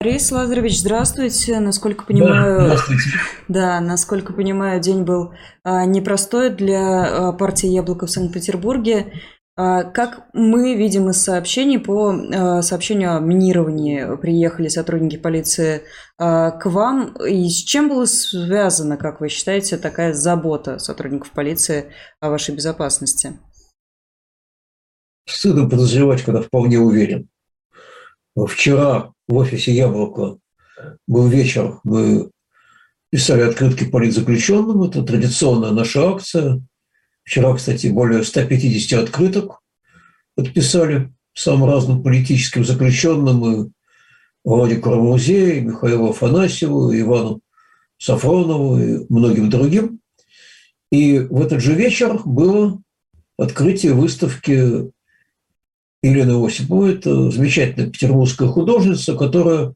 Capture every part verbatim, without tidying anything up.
Борис Лазаревич, здравствуйте. Насколько Да, понимаю, здравствуйте. да, насколько понимаю, день был а, непростой для а, партии «Яблоко» в Санкт-Петербурге. А, как мы видим из сообщений, по а, сообщению о минировании приехали сотрудники полиции а, к вам. И с чем была связана, как вы считаете, такая забота сотрудников полиции о вашей безопасности? Стыдно подозревать, когда вполне уверен. Вчера в офисе «Яблоко» был вечер, мы писали открытки политзаключенным, это традиционная наша акция. Вчера, кстати, более ста пятидесяти открыток подписали самым разным политическим заключенным, и Володе Карамурзе, и Михаилу Афанасьеву, и Ивану Сафронову, и многим другим. И в этот же вечер было открытие выставки Елены Осиповой. Это замечательная петербургская художница, которая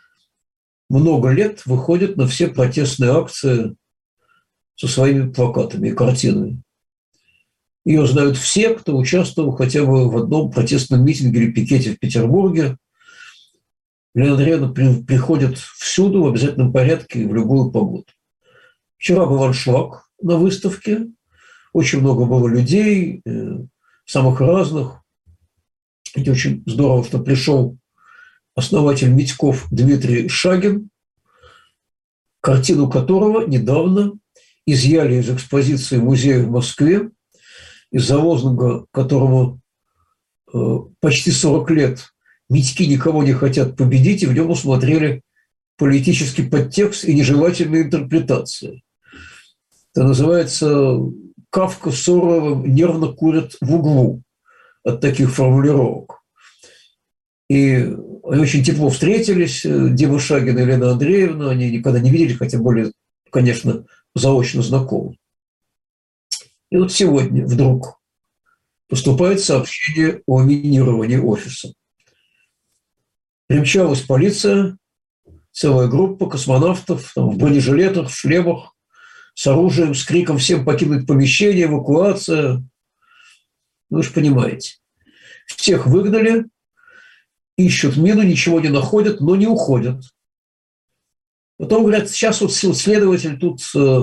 много лет выходит на все протестные акции со своими плакатами и картинами. Ее знают все, кто участвовал хотя бы в одном протестном митинге или пикете в Петербурге. Елена Андреевна при, приходит всюду в обязательном порядке и в любую погоду. Вчера был аншлаг на выставке. Очень много было людей, э, самых разных. Это очень здорово, что пришел основатель Митьков Дмитрий Шагин, картину которого недавно изъяли из экспозиции музея в Москве, из-за лозунга, которому э, почти сорок лет Митьки никого не хотят победить, и в нем усмотрели политический подтекст и нежелательные интерпретации. Это называется «Кафка с Оруэллом нервно курят в углу» от таких формулировок. И они очень тепло встретились, Дима Шагин и Елена Андреевна, они никогда не видели, хотя более, конечно, заочно знакомы. И вот сегодня вдруг поступает сообщение о минировании офиса. Примчалась полиция, целая группа космонавтов там, в бронежилетах, в шлемах, с оружием, с криком «всем покинуть помещение, эвакуация». Вы же понимаете. Всех выгнали, ищут мину, ничего не находят, но не уходят. Потом говорят, сейчас вот следователь тут, э,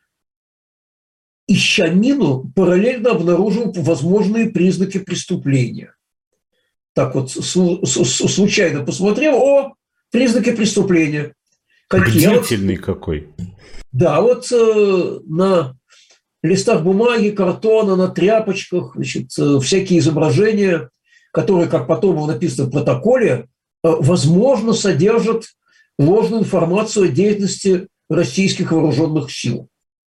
ища мину, параллельно обнаружил возможные признаки преступления. Так вот, случайно посмотрел, о, признаки преступления. Какие? Бдительный какой. Да, вот э, на листах бумаги, картона, на тряпочках, значит, э, всякие изображения, которые, как потом было написано в протоколе, э, возможно, содержат ложную информацию о деятельности российских вооруженных сил.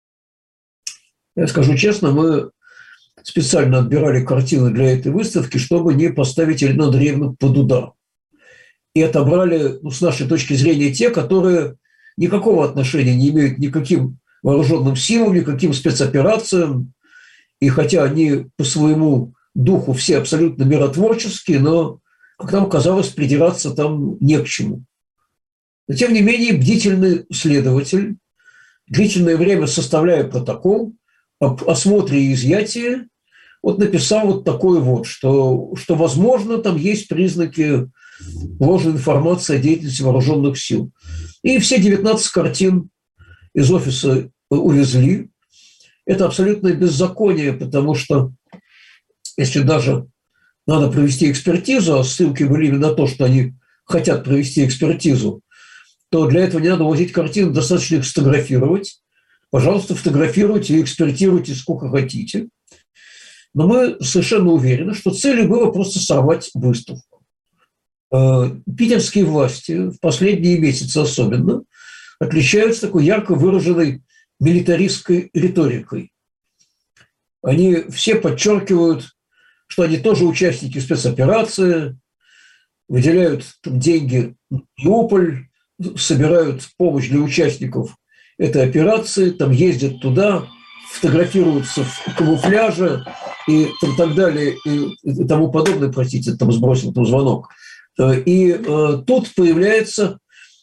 Я скажу честно, мы специально отбирали картины для этой выставки, чтобы не поставить Елену Андреевну под удар. И отобрали, ну, с нашей точки зрения, те, которые никакого отношения не имеют ни к каким вооруженным силам, ни к каким спецоперациям. И хотя они по своему духу все абсолютно миротворческие, но, как нам казалось, придираться там не к чему. Но, тем не менее, бдительный следователь, длительное время составляя протокол об осмотре и изъятии, вот написал вот такое вот, что, что, возможно, там есть признаки ложной информации о деятельности вооруженных сил. И все девятнадцать картин из офиса увезли. Это абсолютное беззаконие, потому что если даже надо провести экспертизу, а ссылки были именно на то, что они хотят провести экспертизу, то для этого не надо возить картины, достаточно их сфотографировать. Пожалуйста, фотографируйте и экспертируйте сколько хотите. Но мы совершенно уверены, что целью было просто сорвать выставку. Питерские власти в последние месяцы особенно отличаются такой ярко выраженной милитаристской риторикой. Они все подчеркивают, что они тоже участники спецоперации, выделяют деньги на Мариуполь, собирают помощь для участников этой операции, там ездят туда, фотографируются в камуфляже и так далее, и тому подобное, простите, там сбросил там звонок. И э, тут появляется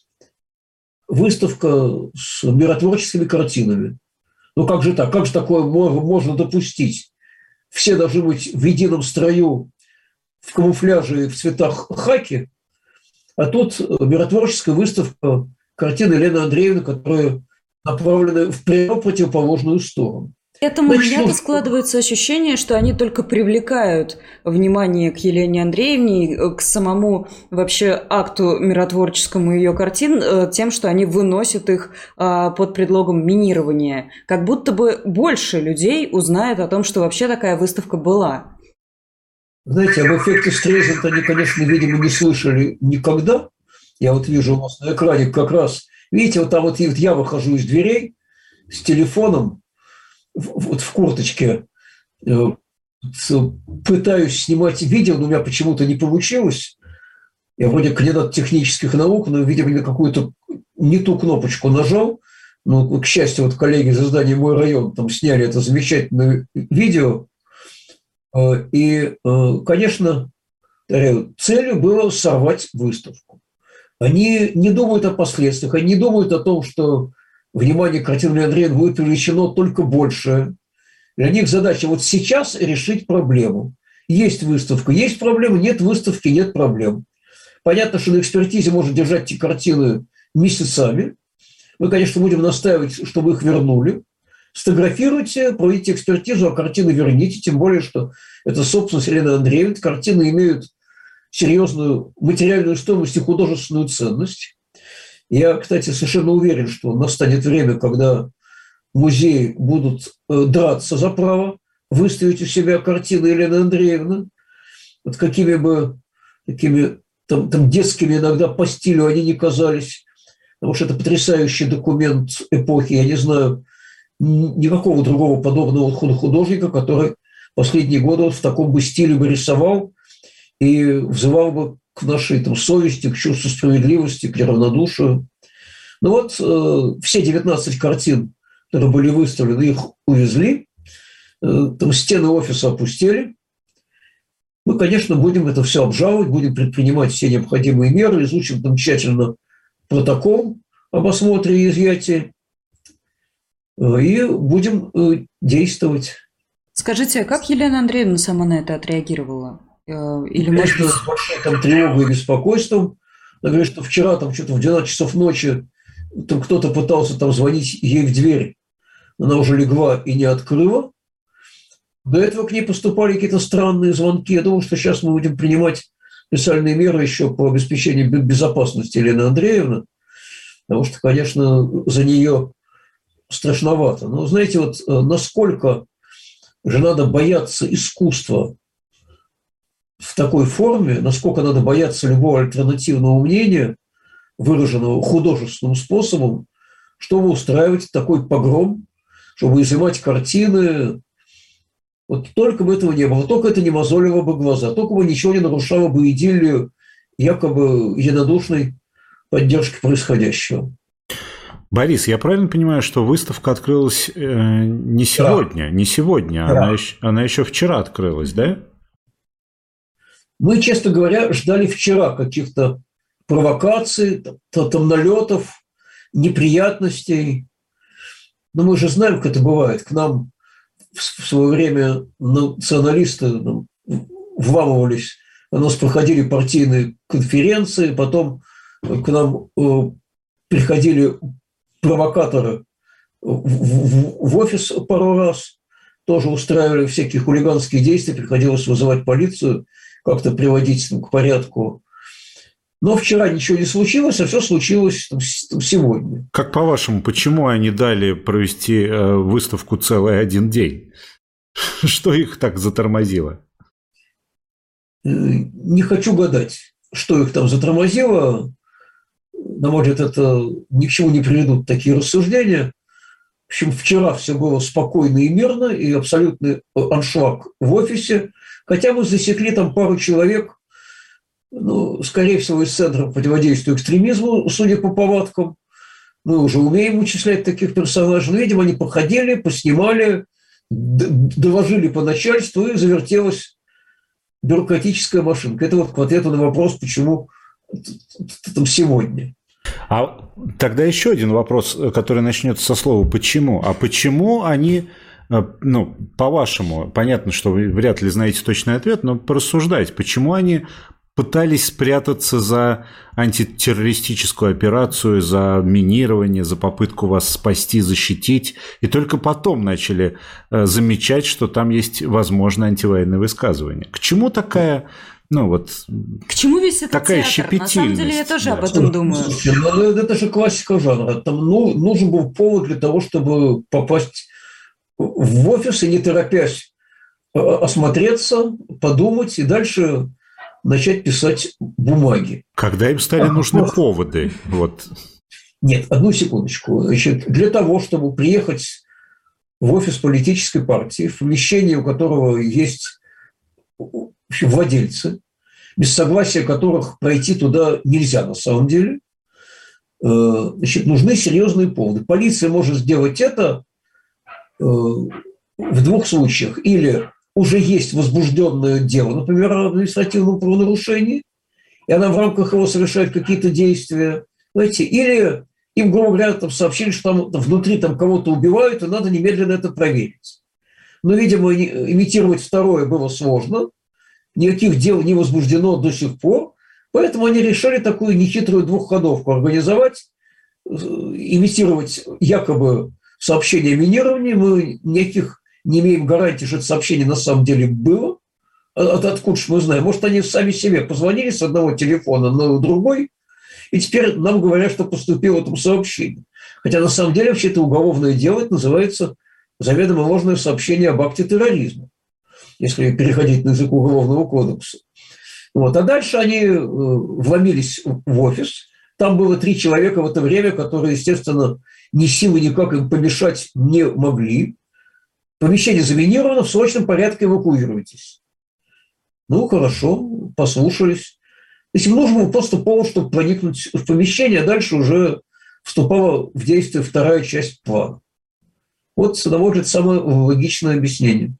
выставка с миротворческими картинами. Ну как же так? Как же такое можно допустить? Все должны быть в едином строю, в камуфляже и в цветах хаки, А тут миротворческая выставка картины Елены Андреевны, которая направлена в прямо противоположную сторону. Поэтому у меня складывается ощущение, что они только привлекают внимание к Елене Андреевне, к самому вообще акту миротворческому ее картин, тем, что они выносят их под предлогом минирования. Как будто бы больше людей узнает о том, что вообще такая выставка была. Знаете, об эффекте Стрейзанда они, конечно, видимо, не слышали никогда. Я вот вижу у вас на экране как раз, видите, вот там вот я выхожу из дверей с телефоном, вот в курточке, пытаюсь снимать видео, но у меня почему-то не получилось. Я вроде кандидат технических наук, но, видимо, я какую-то не ту кнопочку нажал. Но, к счастью, вот коллеги из издания «Мой район» там сняли это замечательное видео. И, конечно, целью было сорвать выставку. Они не думают о последствиях, они не думают о том, что внимание к картине Елены Андреевны будет привлечено только больше. Для них задача вот сейчас решить проблему. Есть выставка, есть проблема, нет выставки, нет проблем. Понятно, что на экспертизе можно держать эти картины месяцами. Мы, конечно, будем настаивать, чтобы их вернули. Сфотографируйте, проведите экспертизу, а картины верните, тем более, что это собственность Елены Андреевны. Картины имеют серьезную материальную стоимость и художественную ценность. Я, кстати, совершенно уверен, что настанет время, когда музеи будут драться за право выставить у себя картины Елены Андреевны. Вот какими бы такими там, там детскими иногда по стилю они не казались, потому что это потрясающий документ эпохи. Я не знаю никакого другого подобного художника, который последние годы вот в таком бы стиле бы рисовал и взывал бы к нашей там, совести, к чувству справедливости, к равнодушию. Ну вот э, все девятнадцать картин, которые были выставлены, их увезли. Э, там стены офиса опустели. Мы, конечно, будем это все обжаловать, будем предпринимать все необходимые меры, изучим там тщательно протокол об осмотре и изъятии э, и будем э, действовать. Скажите, а как Елена Андреевна сама на это отреагировала? Или, Конечно, может... с большой там, тревогой и беспокойством. Она говорит, что вчера там что-то в двенадцать часов ночи там кто-то пытался там звонить ей в дверь. Она уже легла и не открыла. До этого к ней поступали какие-то странные звонки. Я думаю, что сейчас мы будем принимать специальные меры еще по обеспечению безопасности Елены Андреевны. Потому что, конечно, за нее страшновато. Но знаете, вот насколько же надо бояться искусства в такой форме, насколько надо бояться любого альтернативного мнения, выраженного художественным способом, чтобы устраивать такой погром, чтобы изымать картины. Вот только бы этого не было, только это не мозолило бы глаза, только бы ничего не нарушало бы идиллию якобы единодушной поддержки происходящего. Борис, я правильно понимаю, что выставка открылась э, не сегодня, да. не сегодня, да. она, еще, она еще вчера открылась, да? Мы, честно говоря, ждали вчера каких-то провокаций, там, там налетов, неприятностей. Но мы же знаем, как это бывает. К нам в свое время националисты ну, вламывались, у нас проходили партийные конференции, потом к нам э, приходили провокаторы в, в, в офис пару раз, тоже устраивали всякие хулиганские действия, приходилось вызывать полицию, как-то приводить там, к порядку. Но вчера ничего не случилось, а все случилось там, сегодня. Как по-вашему, почему они дали провести э, выставку целый один день? Что их так затормозило? Не хочу гадать, что их там затормозило. На мой взгляд, это ни к чему не приведут такие рассуждения. В общем, вчера все было спокойно и мирно, и абсолютный аншлаг в офисе. Хотя мы засекли там пару человек, ну, скорее всего, из Центра противодействия экстремизму, судя по повадкам. Мы уже умеем вычислять таких персонажей. Но, видимо, они походили, поснимали, доложили по начальству, и завертелась бюрократическая машинка. Это вот к ответу на вопрос, почему там сегодня. А тогда еще один вопрос, который начнется со слова «почему». А почему они, ну, по-вашему, понятно, что вы вряд ли знаете точный ответ, но порассуждайте, почему они пытались спрятаться за антитеррористическую операцию, за минирование, за попытку вас спасти, защитить, и только потом начали замечать, что там есть возможно антивоенные высказывания. К чему такая... Ну, вот, к чему весь этот такая театр? На самом деле я тоже да. об этом думаю. Слушайте, ну, это же классика жанра. Там ну, нужен был повод для того, чтобы попасть в офис и, не торопясь, осмотреться, подумать и дальше начать писать бумаги. Когда им стали а, нужны просто... поводы? Вот. Нет, одну секундочку. Значит, для того, чтобы приехать в офис политической партии, в помещении, у которого есть владельцы, без согласия которых пройти туда нельзя на самом деле, значит, нужны серьезные поводы. Полиция может сделать это в двух случаях. Или уже есть возбужденное дело, например, о административном правонарушении, и она в рамках его совершает какие-то действия, знаете, или им, грубо говоря, там сообщили, что там, там внутри там кого-то убивают, и надо немедленно это проверить. Но, видимо, имитировать второе было сложно, никаких дел не возбуждено до сих пор, поэтому они решили такую нехитрую двухходовку организовать, имитировать якобы сообщение о минировании. Мы никаких не имеем гарантии, что это сообщение на самом деле было. От, откуда же мы знаем? Может, они сами себе позвонили с одного телефона на другой, и теперь нам говорят, что поступило там сообщение. Хотя на самом деле вообще это уголовное дело, это называется заведомо ложное сообщение об акте терроризма, если переходить на язык Уголовного кодекса. Вот. А дальше они вломились в офис. Там было три человека в это время, которые, естественно, ни силы никак им помешать не могли. Помещение заминировано, в срочном порядке эвакуируйтесь. Ну, хорошо, послушались. То есть им нужен был просто повод, чтобы проникнуть в помещение, а дальше уже вступала в действие вторая часть плана. Вот, на мой взгляд, самое логичное объяснение.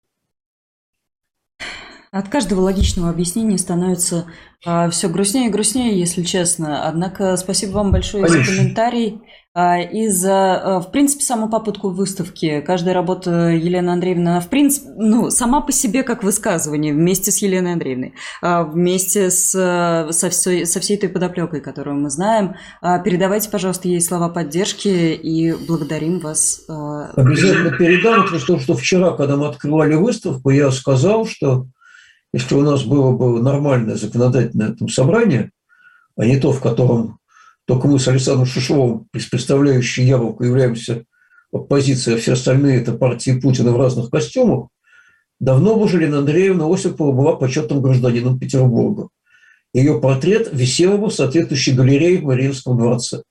От каждого логичного объяснения становится а, все грустнее и грустнее, если честно. Однако спасибо вам большое Конечно. за комментарий а, и за, а, в принципе, саму попытку выставки. Каждая работа Елены Андреевны, она, в принципе, ну, сама по себе как высказывание, вместе с Еленой Андреевной, а, вместе с, со, всей, со всей той подоплекой, которую мы знаем. А, передавайте, пожалуйста, ей слова поддержки и благодарим вас. А... Обязательно передам, потому что, что вчера, когда мы открывали выставку, я сказал, что если у нас было бы нормальное законодательное там собрание, а не то, в котором только мы с Александром Шишовым, представляющие Яблоко, являемся оппозицией, а все остальные – это партии Путина в разных костюмах, давно бы Елена Андреевна Осипова была почетным гражданином Петербурга. Ее портрет висел бы в соответствующей галерее в Мариинском дворце.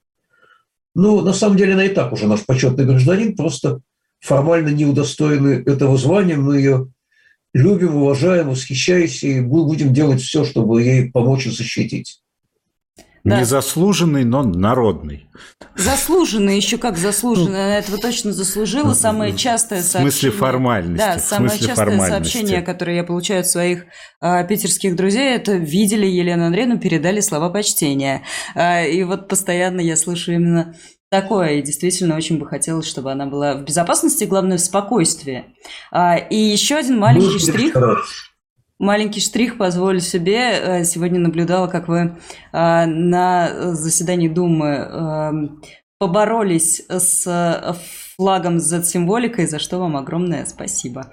Ну, на самом деле, она и так уже наш почетный гражданин, просто формально не удостоены этого звания, мы ее любим, уважаем, восхищаемся и будем делать все, чтобы ей помочь и защитить. Да. Незаслуженный, но народный. Заслуженный, еще как заслуженный. Она этого точно заслужила. Самое частое сообщение. В смысле формальности. Да, самое частое сообщение, которое я получаю от своих э, питерских друзей, это видели Елену Андреевну, передали слова почтения. Э, и вот постоянно я слышу именно такое, и действительно очень бы хотелось, чтобы она была в безопасности, главное, в спокойствии. А, и еще один маленький Будет штрих. Маленький штрих позволю себе. Сегодня наблюдала, как вы а, на заседании Думы а, поборолись с флагом с зет-символикой, за что вам огромное спасибо.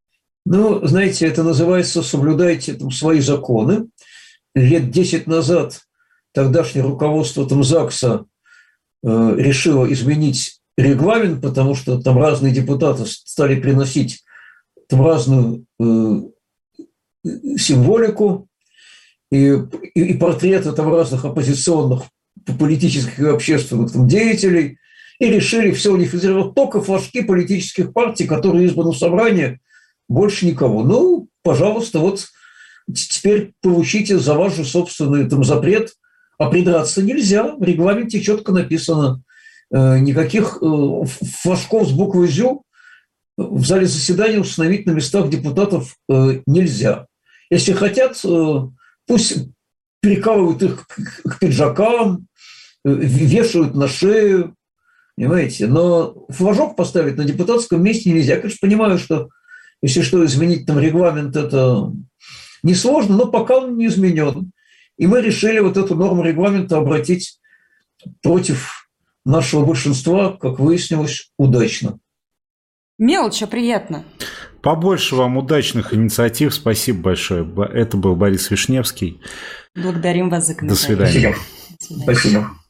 Ну, знаете, это называется «соблюдайте там свои законы». Лет десять назад тогдашнее руководство там ЗАГСа решила изменить регламент, потому что там разные депутаты стали приносить там разную э, символику и, и, и портреты там разных оппозиционных политических и общественных там деятелей, и решили все унифицировать только флажки политических партий, которые избраны в собрании, больше никого. Ну, пожалуйста, вот теперь получите за ваш же собственный там запрет. А придраться нельзя. В регламенте четко написано, э, никаких э, флажков с буквой «зю» в зале заседания установить на местах депутатов э, нельзя. Если хотят, э, пусть прикалывают их к, к пиджакам, э, вешают на шею, понимаете. Но флажок поставить на депутатском месте нельзя. Я, конечно, понимаю, что если что, изменить там регламент – это несложно, но пока он не изменен. И мы решили вот эту норму регламента обратить против нашего большинства, как выяснилось, удачно. Мелочь, а приятно. Побольше вам удачных инициатив. Спасибо большое. Это был Борис Вишневский. Благодарим вас за комментарий. До свидания. Спасибо. Спасибо.